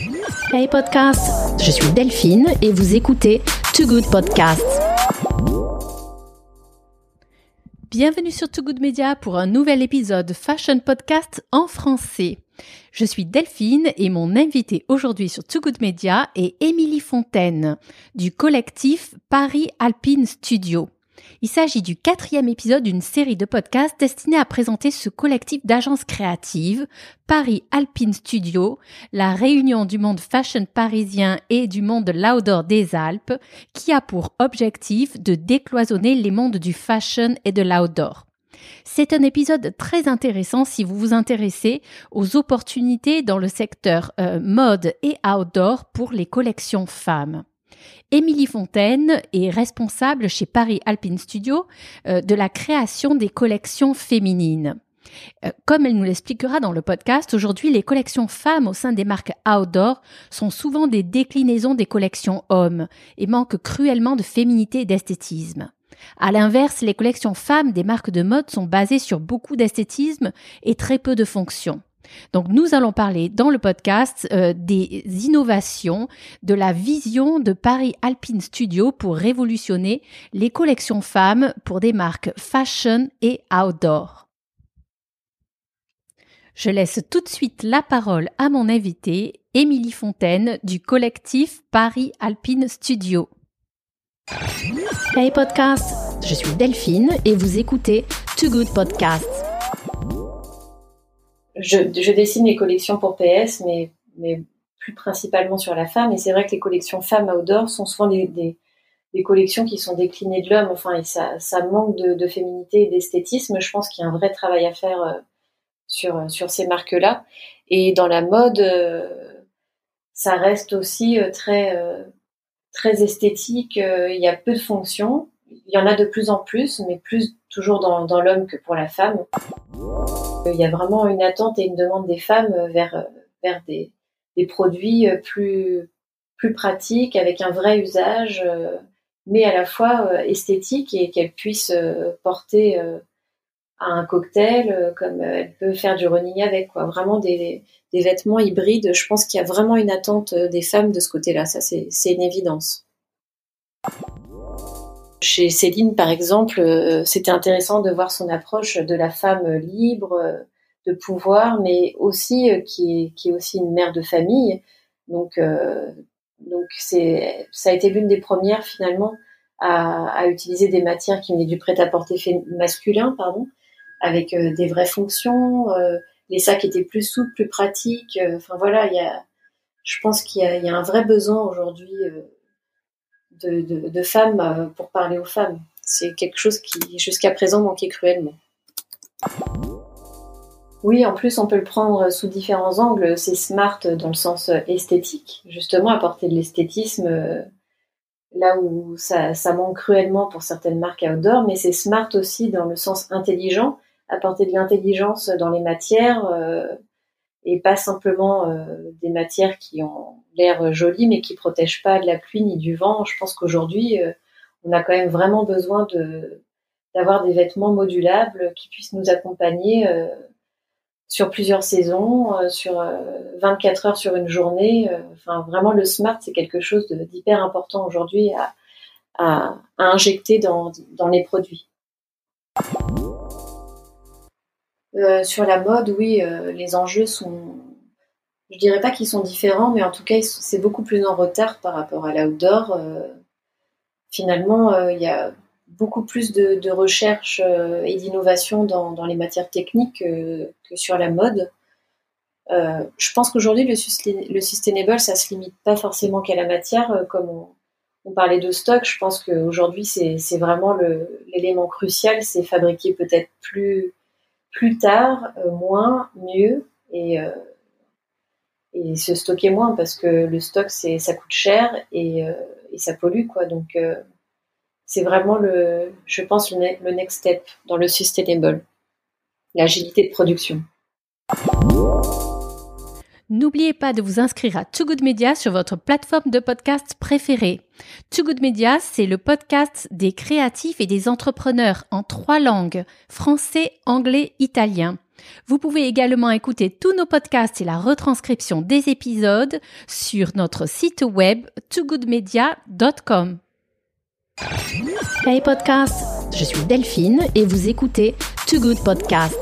Hey podcast, je suis Delphine et vous écoutez Too Good Podcast. Bienvenue sur Too Good Media pour un nouvel épisode Fashion Podcast en français. Je suis Delphine et mon invitée aujourd'hui sur Too Good Media est Émilie Fontaine du collectif Paris Alpine Studio. Il s'agit du 4e épisode d'une série de podcasts destinée à présenter ce collectif d'agences créatives, Paris Alpine Studio, la réunion du monde fashion parisien et du monde de l'outdoor des Alpes, qui a pour objectif de décloisonner les mondes du fashion et de l'outdoor. C'est un épisode très intéressant si vous vous intéressez aux opportunités dans le secteur mode et outdoor pour les collections femmes. Émilie Fontaine est responsable chez Paris Alpine Studio de la création des collections féminines. Comme elle nous l'expliquera dans le podcast, aujourd'hui, les collections femmes au sein des marques outdoor sont souvent des déclinaisons des collections hommes et manquent cruellement de féminité et d'esthétisme. À l'inverse, les collections femmes des marques de mode sont basées sur beaucoup d'esthétisme et très peu de fonction. Donc nous allons parler dans le podcast des innovations, de la vision de Paris Alpine Studio pour révolutionner les collections femmes pour des marques fashion et outdoor. Je laisse tout de suite la parole à mon invitée, Émilie Fontaine du collectif Paris Alpine Studio. Hey podcast, je suis Delphine et vous écoutez Too Good Podcast. Je dessine les collections pour PS, mais plus principalement sur la femme. Et c'est vrai que les collections femmes outdoor sont souvent des collections qui sont déclinées de l'homme. Enfin, et ça manque de féminité et d'esthétisme. Je pense qu'il y a un vrai travail à faire sur ces marques-là. Et dans la mode, ça reste aussi très esthétique. Il y a peu de fonctions. Il y en a de plus en plus, mais plus toujours dans l'homme que pour la femme. Il y a vraiment une attente et une demande des femmes vers des produits plus pratiques, avec un vrai usage, mais à la fois esthétique et qu'elles puissent porter à un cocktail, comme elle peut faire du running avec, quoi. Vraiment des vêtements hybrides. Je pense qu'il y a vraiment une attente des femmes de ce côté-là. Ça, c'est une évidence. Chez Céline, par exemple, c'était intéressant de voir son approche de la femme libre, de pouvoir, mais aussi qui est aussi une mère de famille. Donc ça a été l'une des premières finalement à utiliser des matières qui venaient du prêt-à-porter masculin, avec des vraies fonctions, les sacs étaient plus souples, plus pratiques. Enfin voilà, je pense qu'il y a un vrai besoin aujourd'hui de femmes pour parler aux femmes. C'est quelque chose qui, jusqu'à présent, manquait cruellement. Oui, en plus, on peut le prendre sous différents angles. C'est smart dans le sens esthétique, justement, apporter de l'esthétisme là où ça manque cruellement pour certaines marques outdoor, mais c'est smart aussi dans le sens intelligent, apporter de l'intelligence dans les matières et pas simplement des matières qui ont l'air jolies mais qui protègent pas de la pluie ni du vent. Je pense qu'aujourd'hui, on a quand même vraiment besoin d'avoir des vêtements modulables qui puissent nous accompagner sur plusieurs saisons, sur 24 heures sur une journée. Enfin, vraiment, le smart, c'est quelque chose d'hyper important aujourd'hui à injecter dans les produits. Sur la mode, oui, les enjeux sont, je dirais pas qu'ils sont différents, mais en tout cas, c'est beaucoup plus en retard par rapport à l'outdoor. Finalement, il y a beaucoup plus de recherche et d'innovation dans les matières techniques que sur la mode. Je pense qu'aujourd'hui, le sustainable, ça se limite pas forcément qu'à la matière, comme on parlait de stock. Je pense qu'aujourd'hui, c'est vraiment l'élément crucial, c'est fabriquer peut-être plus tard, moins, mieux, et se stocker moins, parce que le stock, ça coûte cher et ça pollue, quoi. Donc, c'est vraiment je pense, le next step dans le sustainable, l'agilité de production. N'oubliez pas de vous inscrire à Too Good Media sur votre plateforme de podcast préférée. Too Good Media, c'est le podcast des créatifs et des entrepreneurs en 3 langues, français, anglais, italien. Vous pouvez également écouter tous nos podcasts et la retranscription des épisodes sur notre site web toogoodmedia.com. Hey podcast, je suis Delphine et vous écoutez Too Good Podcast.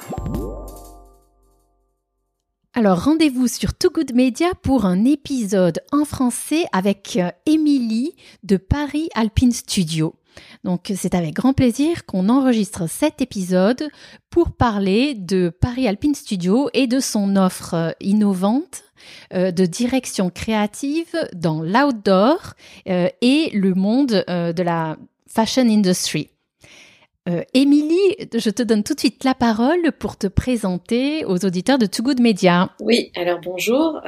Alors, rendez-vous sur Too Good Media pour un épisode en français avec Émilie de Paris Alpine Studio. Donc, c'est avec grand plaisir qu'on enregistre cet épisode pour parler de Paris Alpine Studio et de son offre innovante de direction créative dans l'outdoor et le monde de la fashion industry. Émilie, je te donne tout de suite la parole pour te présenter aux auditeurs de Too Good Media. Oui, alors bonjour.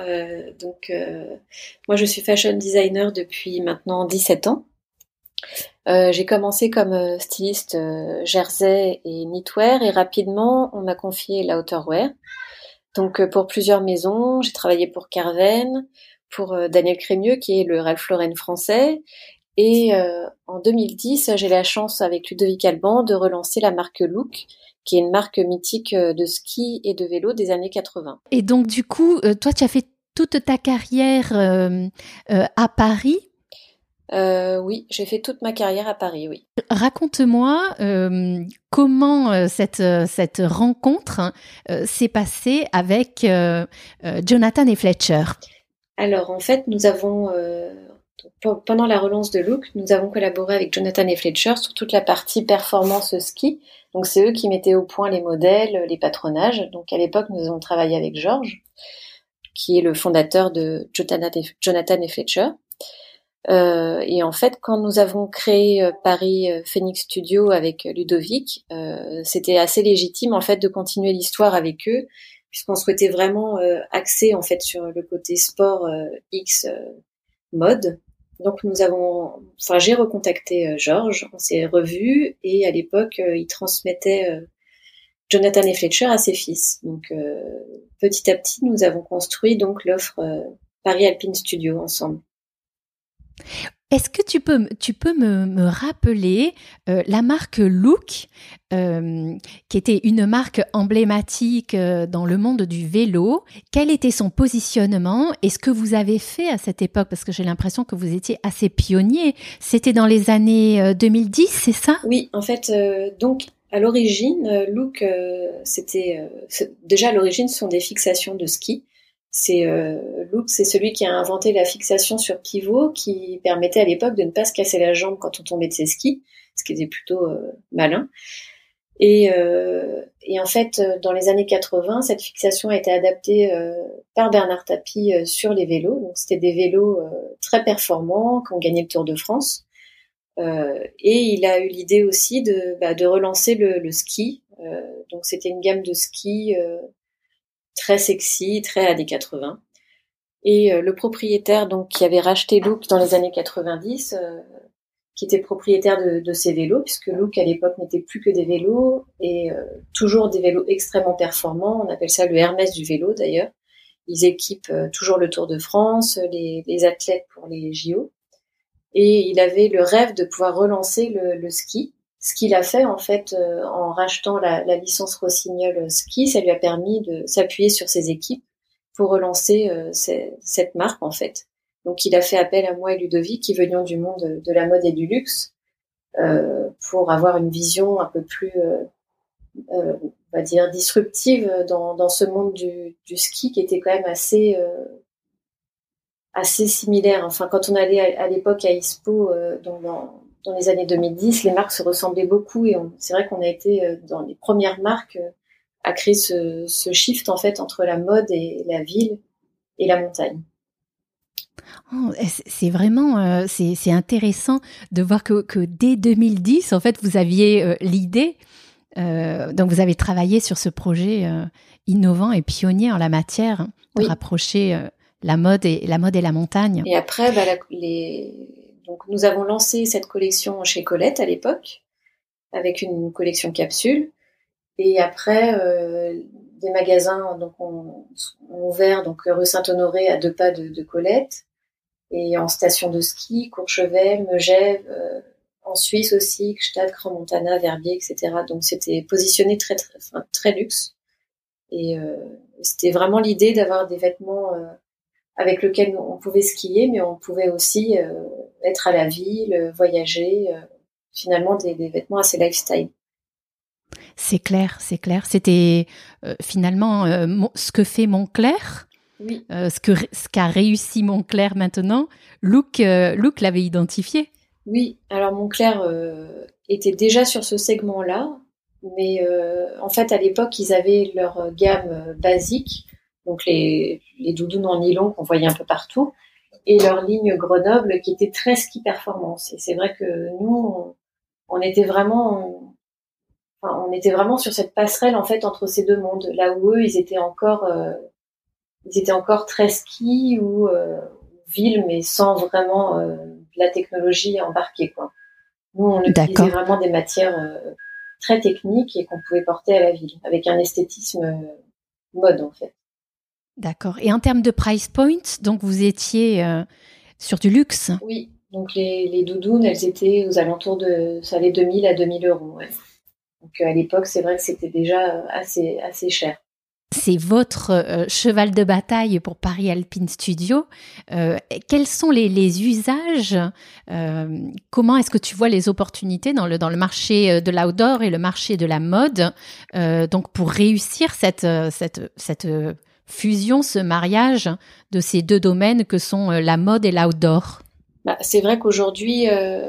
Moi, je suis fashion designer depuis maintenant 17 ans. J'ai commencé comme styliste jersey et knitwear et rapidement, on m'a confié l'outerwear. Donc, pour plusieurs maisons, j'ai travaillé pour Carven, pour Daniel Crémieux, qui est le Ralph Lauren français. Et en 2010, j'ai la chance avec Ludovic Alban de relancer la marque Look, qui est une marque mythique de ski et de vélo des années 80. Et donc du coup, toi, tu as fait toute ta carrière à Paris ? Oui, j'ai fait toute ma carrière à Paris, oui. Raconte-moi comment cette rencontre s'est passée avec Jonathan et Fletcher. Alors en fait, nous avons... pendant la relance de Look, nous avons collaboré avec Jonathan et Fletcher sur toute la partie performance ski. Donc c'est eux qui mettaient au point les modèles, les patronages. Donc à l'époque, nous avons travaillé avec Georges, qui est le fondateur de Jonathan et Fletcher. Et en fait, quand nous avons créé Paris Phoenix Studio avec Ludovic, c'était assez légitime en fait de continuer l'histoire avec eux, puisqu'on souhaitait vraiment axer en fait sur le côté sport X mode. Donc j'ai recontacté Georges, on s'est revus et à l'époque il transmettait Jonathan et Fletcher à ses fils. Donc petit à petit nous avons construit donc l'offre Paris Alpine Studio ensemble. Est-ce que tu peux me rappeler la marque Look, qui était une marque emblématique dans le monde du vélo. Quel était son positionnement et ce que vous avez fait à cette époque? Parce que j'ai l'impression que vous étiez assez pionnier. C'était dans les années 2010, c'est ça? Oui, en fait, donc à l'origine, Look, déjà à l'origine, ce sont des fixations de ski. Look, c'est celui qui a inventé la fixation sur pivot qui permettait à l'époque de ne pas se casser la jambe quand on tombait de ses skis, ce qui était plutôt malin. Et en fait, dans les années 80, cette fixation a été adaptée par Bernard Tapie sur les vélos. Donc, c'était des vélos très performants qui ont gagné le Tour de France. Et il a eu l'idée aussi de relancer le ski. Donc, c'était une gamme de skis très sexy, très années 80. Et le propriétaire donc qui avait racheté Look dans les années 90, qui était propriétaire de ces vélos, puisque Look à l'époque n'était plus que des vélos et toujours des vélos extrêmement performants. On appelle ça le Hermès du vélo d'ailleurs. Ils équipent toujours le Tour de France, les athlètes pour les JO. Et il avait le rêve de pouvoir relancer le ski. Ce qu'il a fait en fait en rachetant la licence Rossignol Ski, ça lui a permis de s'appuyer sur ses équipes pour relancer cette marque en fait. Donc il a fait appel à moi et Ludovic qui venions du monde de la mode et du luxe pour avoir une vision un peu plus on va dire disruptive dans ce monde du ski qui était quand même assez similaire. Enfin quand on allait à l'époque à ISPO dans les années 2010, les marques se ressemblaient beaucoup et c'est vrai qu'on a été dans les premières marques à créer ce shift en fait entre la mode et la ville et la montagne. Oh, c'est vraiment c'est intéressant de voir que dès 2010 en fait vous aviez l'idée, donc vous avez travaillé sur ce projet innovant et pionnier en la matière de rapprocher la mode et la montagne. Et après donc nous avons lancé cette collection chez Colette à l'époque avec une collection capsule. Et après, des magasins donc ont ouvert donc rue Saint-Honoré à 2 pas de Colette, et en station de ski, Courchevel, Megève, en Suisse aussi, Gstaad, Crans-Montana, Verbier, etc. Donc c'était positionné très luxe, et c'était vraiment l'idée d'avoir des vêtements avec lesquels on pouvait skier, mais on pouvait aussi être à la ville, voyager, finalement des vêtements assez lifestyle. C'est clair, c'est clair. C'était finalement ce que fait Moncler, Oui. ce qu'a réussi Moncler maintenant. Look l'avait identifié. Oui, alors Moncler était déjà sur ce segment-là, mais en fait à l'époque ils avaient leur gamme basique, donc les doudounes en nylon qu'on voyait un peu partout, et leur ligne Grenoble qui était très ski performance. Et c'est vrai que nous on était vraiment on était vraiment sur cette passerelle en fait entre ces deux mondes, là où eux ils étaient encore très ski ou ville, mais sans vraiment de la technologie embarquée, quoi. Nous, on utilisait vraiment des matières très techniques et qu'on pouvait porter à la ville, avec un esthétisme mode, en fait. D'accord. Et en termes de price point, donc vous étiez sur du luxe? Oui, donc les doudounes, elles étaient aux alentours de, ça allait 2000 à 2000 euros. Ouais. Donc à l'époque, c'est vrai que c'était déjà assez cher. C'est votre cheval de bataille pour Paris Alpine Studio. Quels sont les usages? Comment est-ce que tu vois les opportunités dans le marché de l'outdoor et le marché de la mode, donc pour réussir cette fusion, ce mariage de ces deux domaines que sont la mode et l'outdoor? C'est vrai qu'aujourd'hui,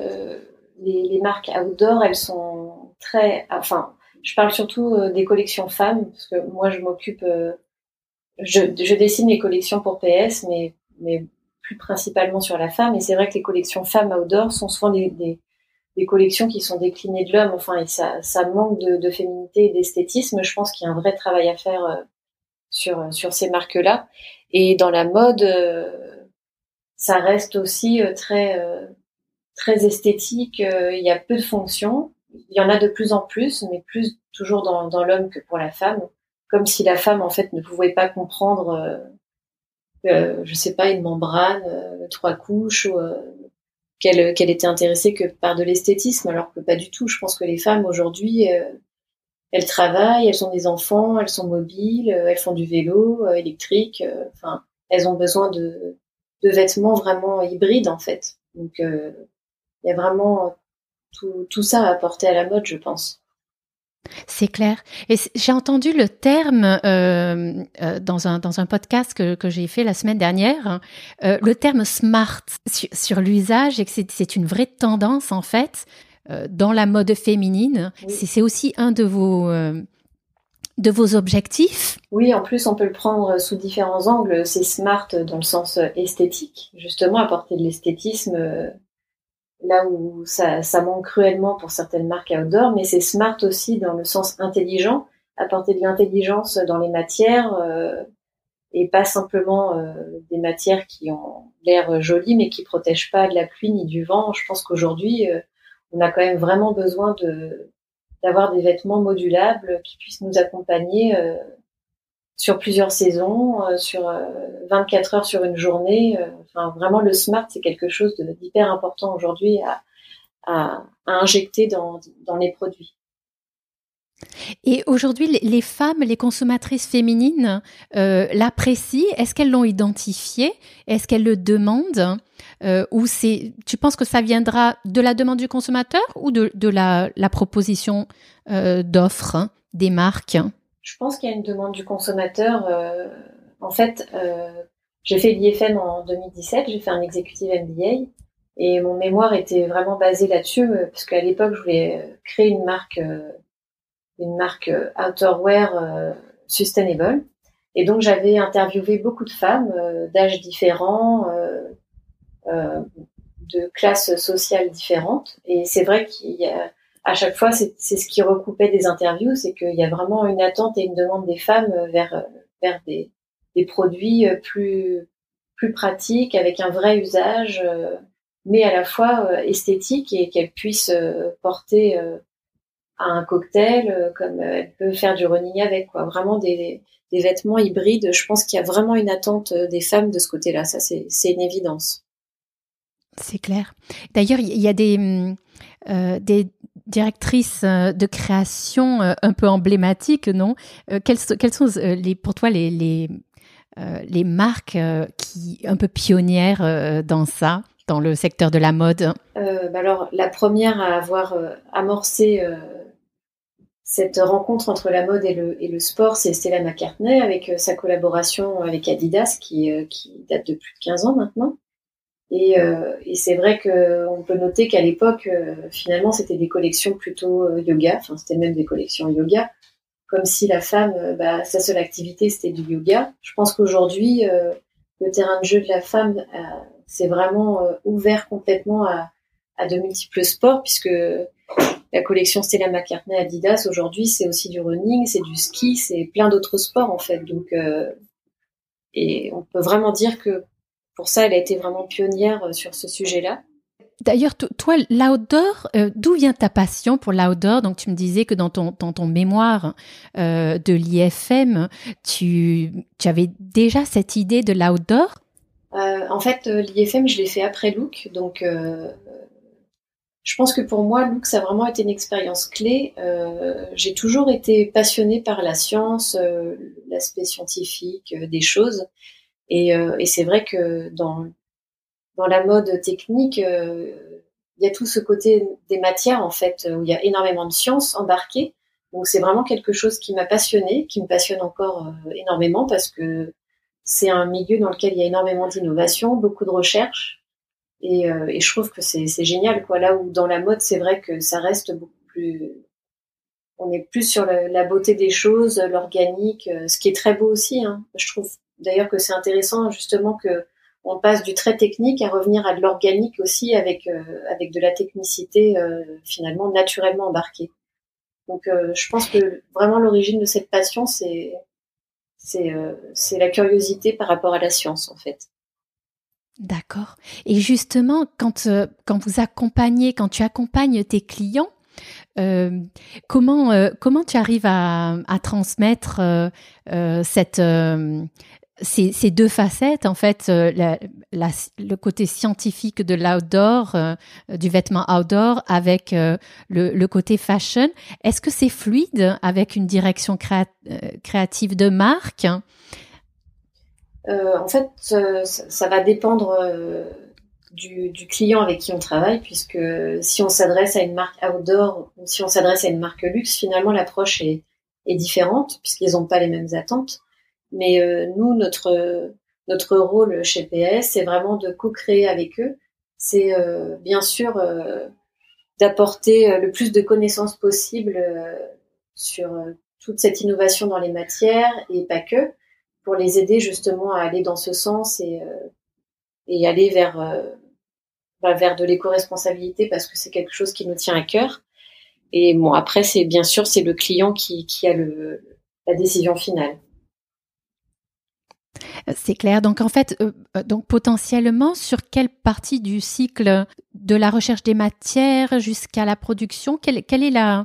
les marques outdoor, elles sont je parle surtout des collections femmes, parce que moi je m'occupe, je dessine les collections pour PS, mais plus principalement sur la femme. Et c'est vrai que les collections femmes outdoor sont souvent des collections qui sont déclinées de l'homme. Enfin, et ça manque de féminité et d'esthétisme. Je pense qu'il y a un vrai travail à faire sur ces marques-là. Et dans la mode, ça reste aussi très esthétique. Il y a peu de fonctions. Il y en a de plus en plus, mais plus toujours dans l'homme que pour la femme. Comme si la femme, en fait, ne pouvait pas comprendre, je sais pas, une membrane, 3 couches, ou qu'elle était intéressée que par de l'esthétisme, alors que pas du tout. Je pense que les femmes, aujourd'hui, elles travaillent, elles ont des enfants, elles sont mobiles, elles font du vélo électrique. Enfin, elles ont besoin de vêtements vraiment hybrides, en fait. Donc, il y a vraiment tout ça à apporter à la mode, je pense. C'est clair. Et j'ai entendu le terme dans un podcast que j'ai fait la semaine dernière, le terme smart sur l'usage, et que c'est une vraie tendance en fait dans la mode féminine. Oui. C'est aussi un de vos objectifs. Oui, en plus on peut le prendre sous différents angles. C'est smart dans le sens esthétique, justement apporter de l'esthétisme. Là où ça manque cruellement pour certaines marques outdoor, mais c'est smart aussi dans le sens intelligent, apporter de l'intelligence dans les matières et pas simplement des matières qui ont l'air jolies mais qui protègent pas de la pluie ni du vent. Je pense qu'aujourd'hui, on a quand même vraiment besoin d'avoir des vêtements modulables qui puissent nous accompagner sur plusieurs saisons, sur 24 heures sur une journée. Enfin, vraiment, le smart, c'est quelque chose d'hyper important aujourd'hui à injecter dans les produits. Et aujourd'hui, les femmes, les consommatrices féminines l'apprécient. Est-ce qu'elles l'ont identifié? Est-ce qu'elles le demandent? Ou tu penses que ça viendra de la demande du consommateur ou de la proposition d'offres des marques? Je pense qu'il y a une demande du consommateur. En fait, j'ai fait l'IFM en 2017, j'ai fait un executive MBA et mon mémoire était vraiment basé là-dessus parce qu'à l'époque, je voulais créer une marque outerwear sustainable. Et donc, j'avais interviewé beaucoup de femmes d'âges différents, de classes sociales différentes. Et c'est vrai qu'il y a, à chaque fois, c'est ce qui recoupait des interviews, c'est qu'il y a vraiment une attente et une demande des femmes vers des produits plus pratiques, avec un vrai usage, mais à la fois esthétique, et qu'elles puissent porter un cocktail, comme elle peut faire du running avec, quoi. Vraiment des vêtements hybrides. Je pense qu'il y a vraiment une attente des femmes de ce côté-là. Ça, c'est une évidence. C'est clair. D'ailleurs, il y a des directrices de création un peu emblématiques, non? Quelles sont pour toi les marques qui un peu pionnières dans ça, dans le secteur de la mode? Alors, la première à avoir amorcé cette rencontre entre la mode et le sport, c'est Stella McCartney avec sa collaboration avec Adidas qui date de plus de 15 ans maintenant. Et c'est vrai qu'on peut noter qu'à l'époque, finalement, c'était des collections plutôt yoga, enfin c'était même des collections yoga, comme si la femme, sa seule activité c'était du yoga. Je pense qu'aujourd'hui, le terrain de jeu de la femme s'est vraiment ouvert complètement à de multiples sports, puisque la collection Stella McCartney Adidas aujourd'hui, c'est aussi du running, c'est du ski, c'est plein d'autres sports en fait. Donc, et on peut vraiment dire que pour ça, elle a été vraiment pionnière sur ce sujet-là. D'ailleurs, toi, l'outdoor, d'où vient ta passion pour l'outdoor? Donc, tu me disais que dans ton mémoire de l'IFM, tu avais déjà cette idée de l'outdoor? En fait, l'IFM, je l'ai fait après Look. Donc, je pense que pour moi, Look, ça a vraiment été une expérience clé. J'ai toujours été passionnée par la science, l'aspect scientifique des choses. Et c'est vrai que dans la mode technique, il y a tout ce côté des matières, en fait, où il y a énormément de science embarquée. Donc, c'est vraiment quelque chose qui m'a passionnée, qui me passionne encore énormément parce que c'est un milieu dans lequel il y a énormément d'innovation, beaucoup de recherche. Et je trouve que c'est génial, quoi. Là où dans la mode, c'est vrai que ça reste beaucoup plus... On est plus sur la beauté des choses, l'organique, ce qui est très beau aussi, hein. Je trouve d'ailleurs que c'est intéressant, justement, que on passe du très technique à revenir à de l'organique aussi avec de la technicité finalement naturellement embarquée. Donc je pense que vraiment l'origine de cette passion c'est la curiosité par rapport à la science en fait. D'accord. Et justement, quand tu accompagnes tes clients, comment tu arrives à transmettre ces deux facettes, en fait, le côté scientifique de l'outdoor, du vêtement outdoor, avec le côté fashion. Est-ce que c'est fluide avec une direction créative de marque? En fait, ça va dépendre du client avec qui on travaille, puisque si on s'adresse à une marque outdoor ou si on s'adresse à une marque luxe, finalement l'approche est différente puisqu'ils n'ont pas les mêmes attentes. Mais nous, notre rôle chez PS, c'est vraiment de co-créer avec eux. C'est bien sûr d'apporter le plus de connaissances possible sur toute cette innovation dans les matières et pas que, pour les aider justement à aller dans ce sens et aller vers de l'éco-responsabilité parce que c'est quelque chose qui nous tient à cœur. Et bon, après, c'est bien sûr, c'est le client qui a la décision finale. C'est clair. Donc, en fait, donc potentiellement, sur quelle partie du cycle de la recherche des matières jusqu'à la production, quelle est la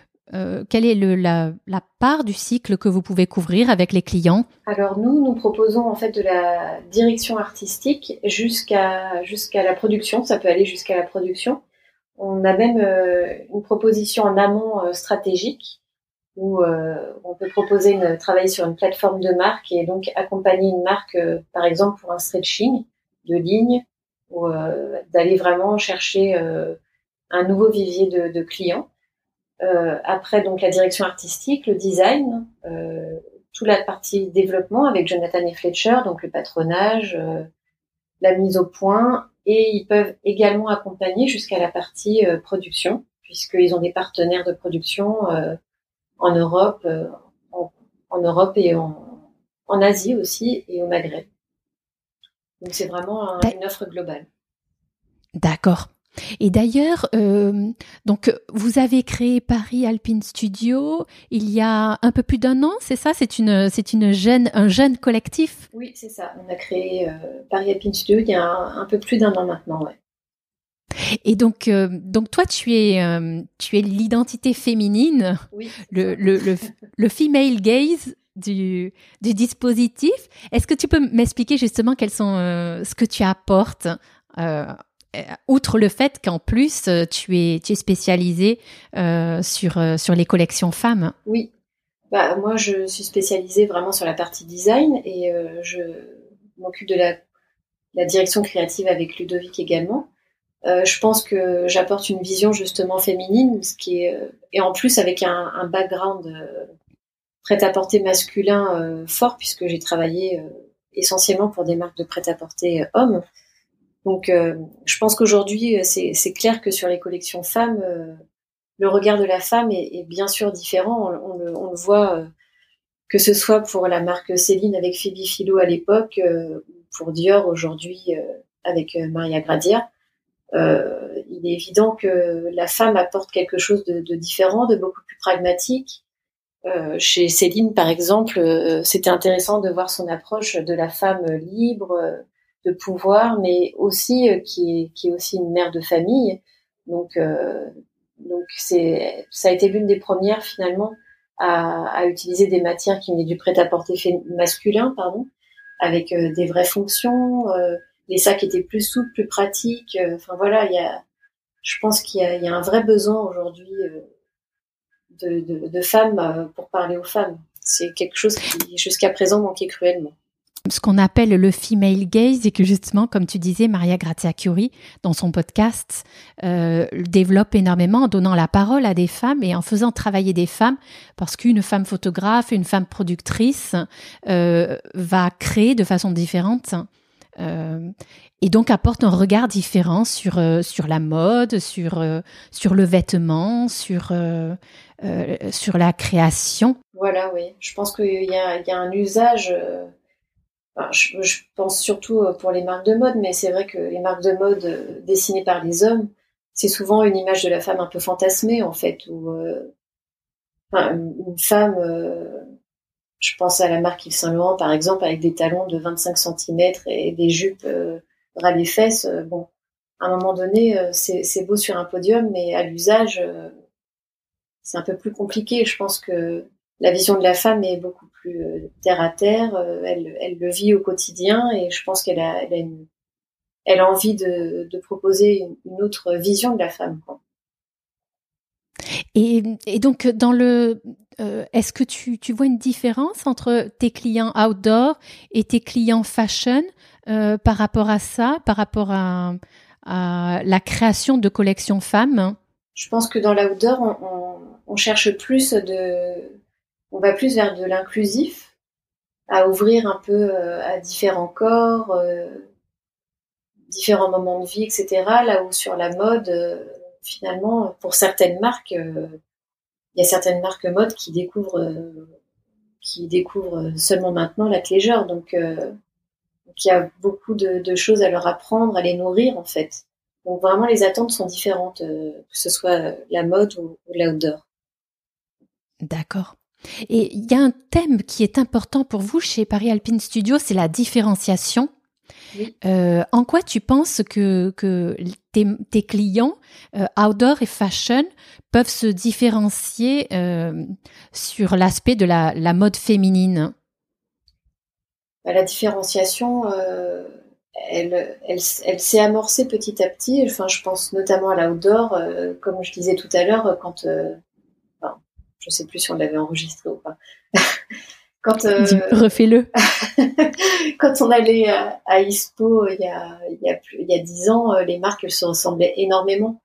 part du cycle que vous pouvez couvrir avec les clients? Alors nous proposons en fait de la direction artistique jusqu'à la production. Ça peut aller jusqu'à la production. On a même une proposition en amont stratégique où on peut travailler sur une plateforme de marque et donc accompagner une marque, par exemple pour un stretching de ligne, ou d'aller vraiment chercher un nouveau vivier de clients. Après, donc la direction artistique, le design, toute la partie développement avec Jonathan et Fletcher, donc le patronage, la mise au point, et ils peuvent également accompagner jusqu'à la partie production, puisqu'ils ont des partenaires de production en Europe, en Europe et en Asie aussi, et au Maghreb. Donc c'est vraiment une offre globale. D'accord. Et d'ailleurs, donc vous avez créé Paris Alpine Studio il y a un peu plus d'un an, c'est ça? C'est un jeune collectif? Oui, c'est ça. On a créé Paris Alpine Studio il y a un peu plus d'un an maintenant, ouais. Et donc toi, tu es l'identité féminine, Oui. le female gaze du dispositif. Est-ce que tu peux m'expliquer justement quels sont ce que tu apportes, euh, outre le fait qu'en plus tu es spécialisée sur les collections femmes? Oui. Bah, moi, je suis spécialisée vraiment sur la partie design et je m'occupe de la direction créative avec Ludovic également. Je pense que j'apporte une vision justement féminine, ce qui est et en plus avec un background prêt-à-porter masculin fort puisque j'ai travaillé essentiellement pour des marques de prêt-à-porter hommes. Donc, je pense qu'aujourd'hui, c'est clair que sur les collections femmes, le regard de la femme est bien sûr différent. On le voit, que ce soit pour la marque Céline avec Phoebe Philo à l'époque, ou pour Dior aujourd'hui avec Maria Grazia. Il est évident que la femme apporte quelque chose de différent, de beaucoup plus pragmatique. Chez Céline, par exemple, c'était intéressant de voir son approche de la femme libre, de pouvoir, mais aussi qui est aussi une mère de famille. Donc, ça a été l'une des premières finalement à utiliser des matières qui venaient du prêt-à-porter masculin, pardon, avec des vraies fonctions. Les sacs étaient plus souples, plus pratiques. Enfin voilà, je pense qu'il y a un vrai besoin aujourd'hui de femmes pour parler aux femmes. C'est quelque chose qui jusqu'à présent manquait cruellement. Ce qu'on appelle le female gaze et que justement, comme tu disais, Maria Grazia Chiuri, dans son podcast, développe énormément en donnant la parole à des femmes et en faisant travailler des femmes, parce qu'une femme photographe, une femme productrice va créer de façon différente et donc apporte un regard différent sur la mode, sur le vêtement, sur la création. Voilà, oui. Je pense qu'il y a un usage. Enfin, je pense surtout pour les marques de mode, mais c'est vrai que les marques de mode dessinées par les hommes, c'est souvent une image de la femme un peu fantasmée en fait, où une femme, je pense à la marque Yves Saint Laurent par exemple, avec des talons de 25 cm et des jupes ras les fesses. Bon, à un moment donné, c'est beau sur un podium, mais à l'usage, c'est un peu plus compliqué. Je pense que la vision de la femme est beaucoup plus terre à terre. Elle le vit au quotidien et je pense qu'elle a envie de proposer une autre vision de la femme, quoi. Et donc, est-ce que tu vois une différence entre tes clients outdoor et tes clients fashion par rapport à ça, par rapport à la création de collections femmes? Je pense que dans l'outdoor, on cherche plus on va plus vers de l'inclusif, à ouvrir un peu à différents corps, différents moments de vie, etc. Là où sur la mode, finalement, pour certaines marques, il y a certaines marques mode qui découvrent seulement maintenant l'athléisure. Donc, il y a beaucoup de choses à leur apprendre, à les nourrir en fait. Donc vraiment, les attentes sont différentes, que ce soit la mode ou l'outdoor. D'accord. Et il y a un thème qui est important pour vous chez Paris Alpine Studio, c'est la différenciation. Oui. En quoi tu penses que tes clients outdoor et fashion peuvent se différencier sur l'aspect de la mode féminine? La différenciation, elle s'est amorcée petit à petit. Enfin, je pense notamment à l'outdoor, comme je disais tout à l'heure, quand, enfin, je sais plus si on l'avait enregistré ou pas. Quand refais-le. quand on allait à ISPO il y a 10 ans, les marques elles se ressemblaient énormément.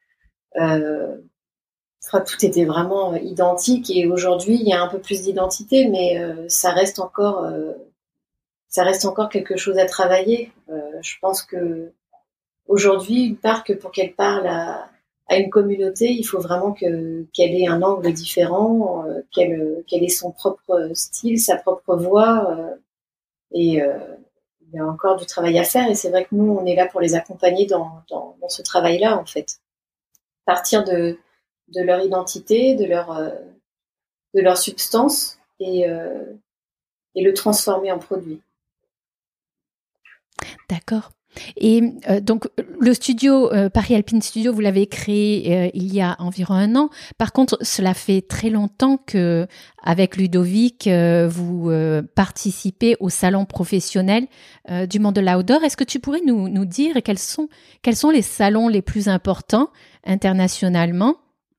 Enfin, tout était vraiment identique et aujourd'hui il y a un peu plus d'identité, mais ça reste encore quelque chose à travailler. Je pense que aujourd'hui une marque pour qu'elle parle à une communauté, il faut vraiment qu'elle ait un angle différent, qu'elle ait son propre style, sa propre voix. Et il y a encore du travail à faire et c'est vrai que nous, on est là pour les accompagner dans ce travail-là, en fait. Partir de leur identité, de leur substance et le transformer en produit. D'accord. Et donc, le studio, Paris Alpine Studio, vous l'avez créé il y a environ 1 an. Par contre, cela fait très longtemps que, avec Ludovic, vous participez au salon professionnel du monde de l'outdoor. Est-ce que tu pourrais nous dire quels sont les salons les plus importants internationalement?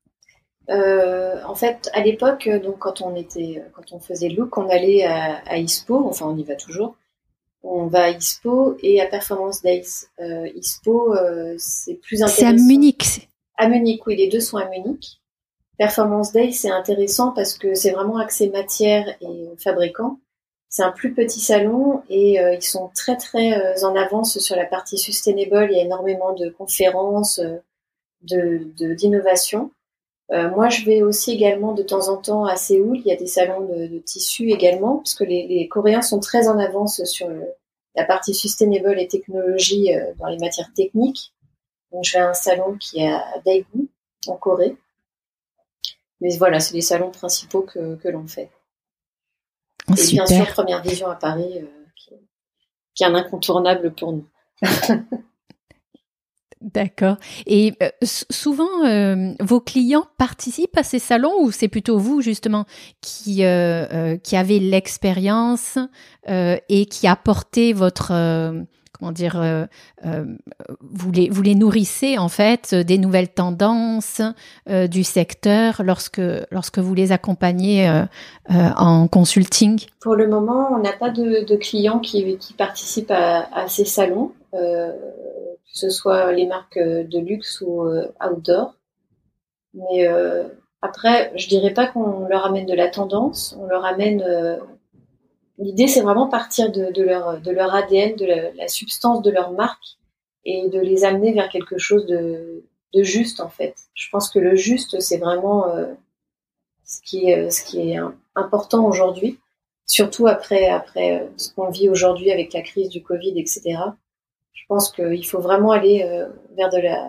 En fait, à l'époque, donc quand on faisait Look, on allait à ISPO, enfin on y va toujours. On va à ISPO et à Performance Days. ISPO, c'est plus intéressant. C'est à Munich. À Munich, oui, les deux sont à Munich. Performance Days, c'est intéressant parce que c'est vraiment axé matière et fabricant. C'est un plus petit salon et ils sont très très en avance sur la partie sustainable. Il y a énormément de conférences, d'innovation. Moi, je vais aussi également de temps en temps à Séoul. Il y a des salons de tissus également, parce que les Coréens sont très en avance sur la partie sustainable et technologie dans les matières techniques. Donc, je vais à un salon qui est à Daegu, en Corée. Mais voilà, c'est les salons principaux que l'on fait. Et Super. bien sûr, Première Vision à Paris, qui est un incontournable pour nous. D'accord. Et souvent, vos clients participent à ces salons ou c'est plutôt vous justement qui avez l'expérience et qui apportez votre vous les nourrissez en fait des nouvelles tendances du secteur lorsque vous les accompagnez en consulting? Pour le moment, on n'a pas de clients qui participent à ces salons. Que ce soit les marques de luxe ou outdoor. Mais après, je dirais pas qu'on leur amène de la tendance, on leur amène... L'idée, c'est vraiment partir de leur ADN, de la substance de leur marque et de les amener vers quelque chose de juste, en fait. Je pense que le juste, c'est vraiment ce qui est important aujourd'hui, surtout après ce qu'on vit aujourd'hui avec la crise du Covid, etc. Je pense qu'il faut vraiment aller vers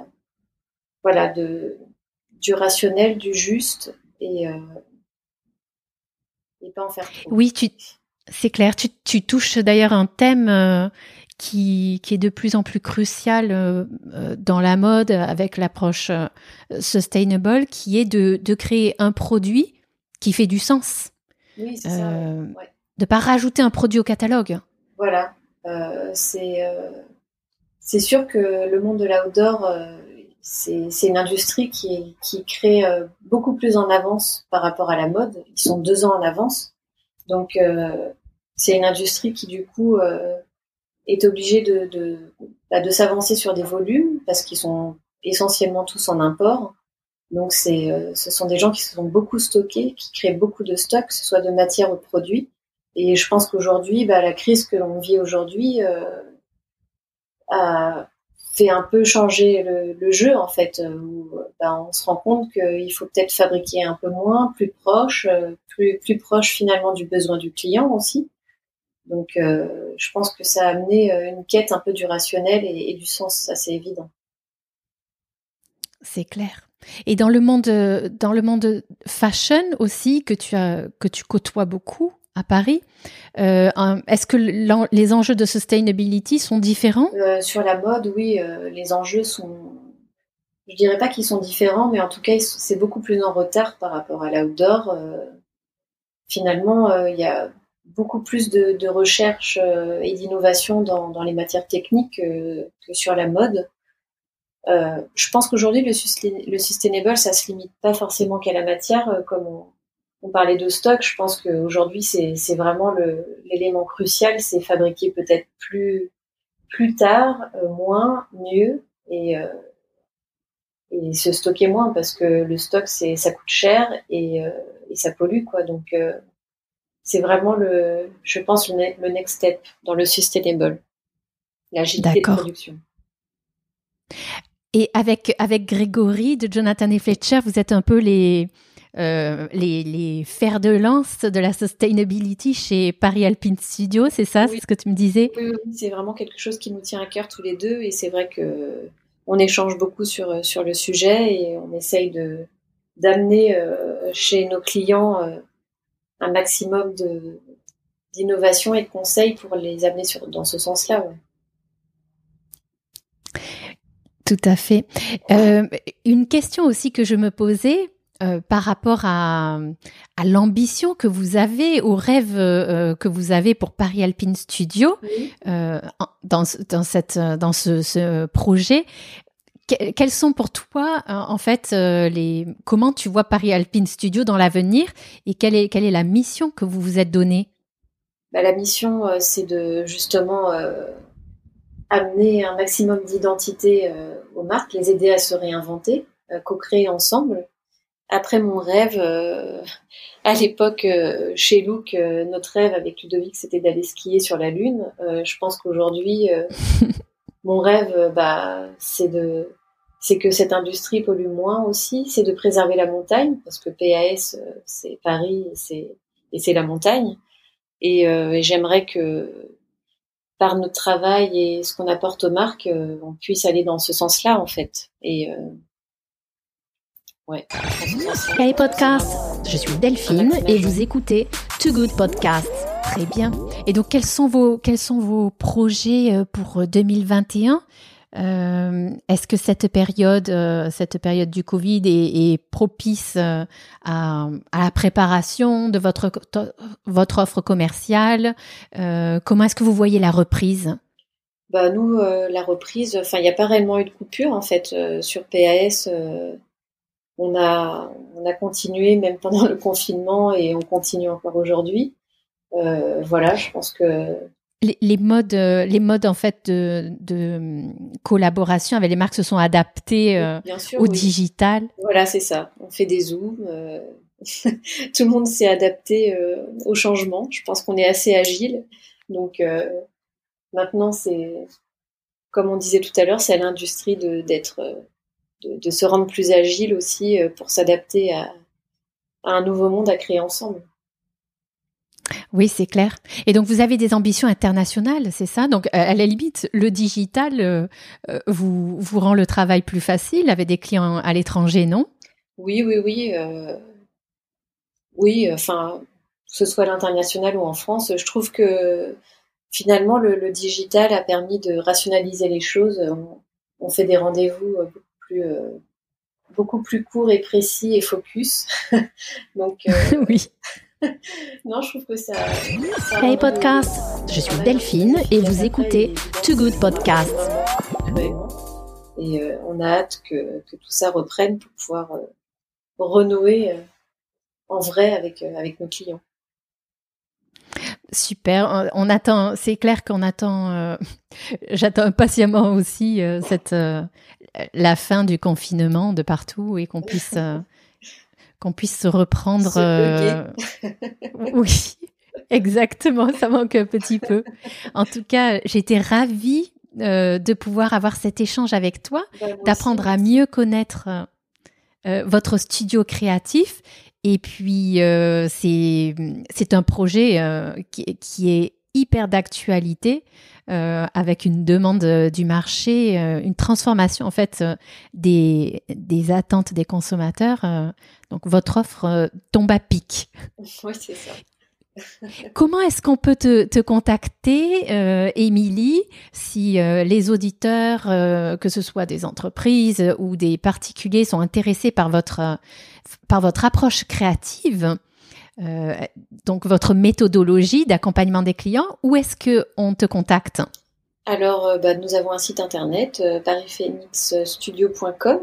du rationnel, du juste et pas en faire trop. Oui, c'est clair. Tu touches d'ailleurs un thème qui est de plus en plus crucial dans la mode avec l'approche sustainable, qui est de créer un produit qui fait du sens. Oui, c'est ça. Ouais. De pas rajouter un produit au catalogue. Voilà. C'est sûr que le monde de l'outdoor, c'est une industrie qui crée beaucoup plus en avance par rapport à la mode. Ils sont 2 ans en avance. Donc, c'est une industrie qui, du coup, est obligée de s'avancer sur des volumes parce qu'ils sont essentiellement tous en import. Donc, ce sont des gens qui se sont beaucoup stockés, qui créent beaucoup de stocks, que ce soit de matière ou de produits. Et je pense qu'aujourd'hui, la crise que l'on vit aujourd'hui a fait un peu changer le jeu, en fait, où on se rend compte qu'il faut peut-être fabriquer un peu moins, plus proche, plus proche finalement du besoin du client aussi. Donc, je pense que ça a amené une quête un peu du rationnel et du sens, ça c'est évident. C'est clair. Et dans le monde fashion aussi que tu côtoies beaucoup à Paris, est-ce que les enjeux de sustainability sont différents? Sur la mode, oui, les enjeux sont, je dirais pas qu'ils sont différents, mais en tout cas c'est beaucoup plus en retard par rapport à l'outdoor. Finalement, il y a beaucoup plus de recherche et d'innovation dans les matières techniques que sur la mode. Je pense qu'aujourd'hui, le sustainable, ça se limite pas forcément qu'à la matière. Comme on parlait de stock, je pense qu'aujourd'hui, c'est vraiment l'élément crucial, c'est fabriquer peut-être plus tard, moins, mieux, et se stocker moins, parce que le stock, ça coûte cher et ça pollue, quoi. Donc, c'est vraiment je pense, le next step dans le sustainable, l'agilité de production. Et avec Grégory de Jonathan et Fletcher, vous êtes un peu les fers de lance de la sustainability chez Paris Alpine Studio, c'est ça? Oui. C'est ce que tu me disais? Oui, c'est vraiment quelque chose qui nous tient à cœur tous les deux, et c'est vrai que on échange beaucoup sur le sujet et on essaye d'amener chez nos clients un maximum d'innovation et de conseils pour les amener dans ce sens-là. Ouais. Tout à fait. Une question aussi que je me posais par rapport à l'ambition que vous avez, au rêve que vous avez pour Paris Alpine Studio, Oui. dans ce projet. Quels sont pour toi, en fait, comment tu vois Paris Alpine Studio dans l'avenir et quelle est la mission que vous vous êtes donnée? La mission, c'est de justement amener un maximum d'identité aux marques, les aider à se réinventer, co-créer ensemble. Après, mon rêve, à l'époque, chez Look, notre rêve avec Ludovic, c'était d'aller skier sur la Lune. Je pense qu'aujourd'hui, mon rêve, c'est que cette industrie pollue moins aussi, c'est de préserver la montagne, parce que PAS, c'est Paris et c'est la montagne. Et j'aimerais que par notre travail et ce qu'on apporte aux marques, on puisse aller dans ce sens-là, en fait. Et ouais. Hey podcast, je suis Delphine et vous écoutez Too Good Podcast. Très bien. Et donc, quels sont vos projets pour 2021 ? Est-ce que cette période du Covid est propice à la préparation de votre offre commerciale ? Comment est-ce que vous voyez la reprise ? Nous, la reprise, il n'y a pas réellement eu de coupure en fait sur PAS. On a continué même pendant le confinement et on continue encore aujourd'hui. Voilà, je pense que les modes en fait de collaboration avec les marques se sont adaptés bien sûr, au oui. digital. Voilà, c'est ça. On fait des zooms. Tout le monde s'est adapté au changement. Je pense qu'on est assez agile. Donc maintenant, c'est comme on disait tout à l'heure, c'est à l'industrie de se rendre plus agile aussi pour s'adapter à un nouveau monde à créer ensemble. Oui, c'est clair. Et donc, vous avez des ambitions internationales, c'est ça ? Donc, à la limite, le digital vous rend le travail plus facile avec des clients à l'étranger, non ? Oui. Oui, enfin, que ce soit à l'international ou en France, je trouve que finalement, le digital a permis de rationaliser les choses. On fait des rendez-vous beaucoup plus courts et précis et focus. Donc, oui. Non, je trouve que ça Hey podcast, je suis Delphine et vous écoutez Too Good Podcast. Et on a hâte que tout ça reprenne pour pouvoir renouer en vrai avec nos clients. Super, on attend. C'est clair qu'on attend. J'attends impatiemment aussi la fin du confinement de partout et qu'on puisse se reprendre. Oui, exactement. Ça manque un petit peu. En tout cas, j'étais ravie de pouvoir avoir cet échange avec toi, d'apprendre à mieux connaître votre studio créatif. Et puis, c'est un projet qui est hyper d'actualité, avec une demande du marché, une transformation en fait des attentes des consommateurs. Donc, votre offre tombe à pic. Oui, c'est ça. Comment est-ce qu'on peut te contacter, Émilie, si les auditeurs, que ce soit des entreprises ou des particuliers, sont intéressés par votre approche créative, donc votre méthodologie d'accompagnement des clients, où est-ce qu'on te contacte ? Alors, nous avons un site internet, parisphénixstudio.com.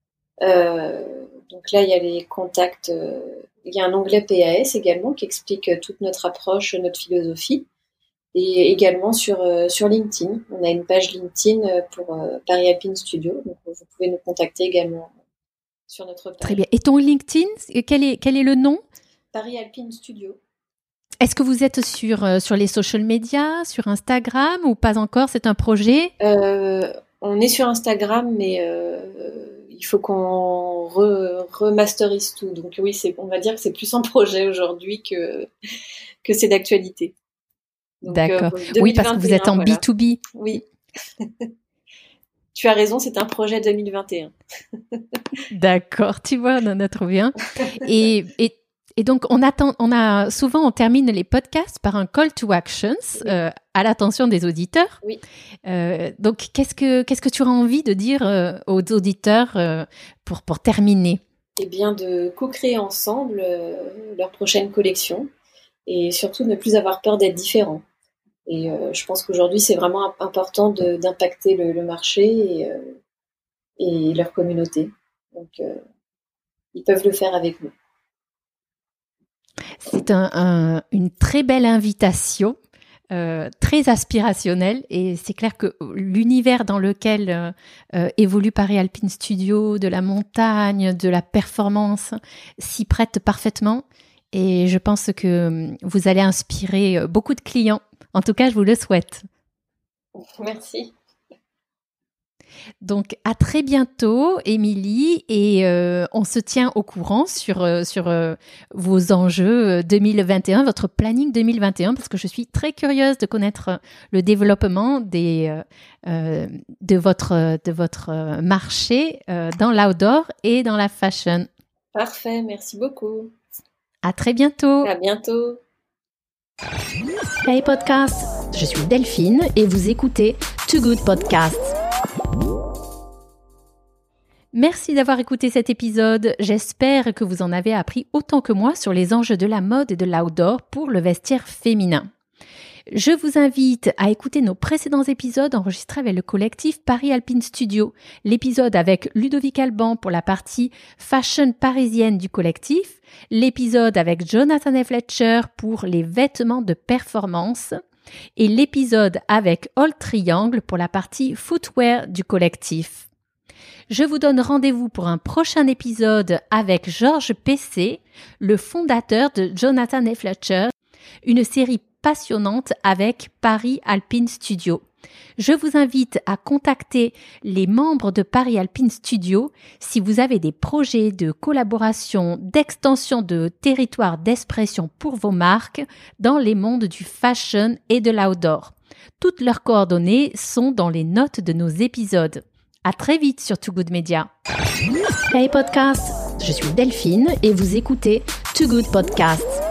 Donc là, il y a les contacts. Il y a un onglet PAS également qui explique toute notre approche, notre philosophie. Et également sur LinkedIn. On a une page LinkedIn pour Paris Alpine Studio. Donc vous pouvez nous contacter également sur notre page. Très bien. Et ton LinkedIn, quel est le nom ? Paris Alpine Studio. Est-ce que vous êtes sur les social media, sur Instagram ou pas encore ? C'est un projet ? On est sur Instagram, mais il faut qu'on remasterise tout. Donc oui, on va dire que c'est plus un projet aujourd'hui que c'est d'actualité. Donc, d'accord. Oui, parce que vous êtes en voilà. B2B. Oui. Tu as raison, c'est un projet 2021. D'accord, tu vois, on en a trouvé un. Et Et donc, on termine les podcasts par un call to actions à l'attention des auditeurs. Oui. Donc, qu'est-ce que tu auras envie de dire aux auditeurs pour terminer? Eh bien, de co-créer ensemble leur prochaine collection et surtout ne plus avoir peur d'être différent. Et je pense qu'aujourd'hui, c'est vraiment important d'impacter le marché et leur communauté. Donc, ils peuvent le faire avec nous. C'est une très belle invitation, très aspirationnelle, et c'est clair que l'univers dans lequel évolue Paris Alpine Studio, de la montagne, de la performance, s'y prête parfaitement. Et je pense que vous allez inspirer beaucoup de clients. En tout cas, je vous le souhaite. Merci. Donc, à très bientôt, Émilie, et on se tient au courant sur vos enjeux 2021, votre planning 2021, parce que je suis très curieuse de connaître le développement de votre marché dans l'outdoor et dans la fashion. Parfait, merci beaucoup. À très bientôt. À bientôt. Hey podcast, je suis Delphine et vous écoutez Too Good Podcast. Merci d'avoir écouté cet épisode. J'espère que vous en avez appris autant que moi sur les enjeux de la mode et de l'outdoor pour le vestiaire féminin. Je vous invite à écouter nos précédents épisodes enregistrés avec le collectif Paris Alpine Studio. L'épisode avec Ludovic Alban pour la partie fashion parisienne du collectif. L'épisode avec Jonathan et Fletcher pour les vêtements de performance. Et l'épisode avec All Triangle pour la partie footwear du collectif. Je vous donne rendez-vous pour un prochain épisode avec Georges Pessé, le fondateur de Jonathan et Fletcher, une série passionnante avec Paris Alpine Studio. Je vous invite à contacter les membres de Paris Alpine Studio si vous avez des projets de collaboration, d'extension de territoire d'expression pour vos marques dans les mondes du fashion et de l'outdoor. Toutes leurs coordonnées sont dans les notes de nos épisodes. À très vite sur Too Good Media. Hey podcast, je suis Delphine et vous écoutez Too Good Podcast.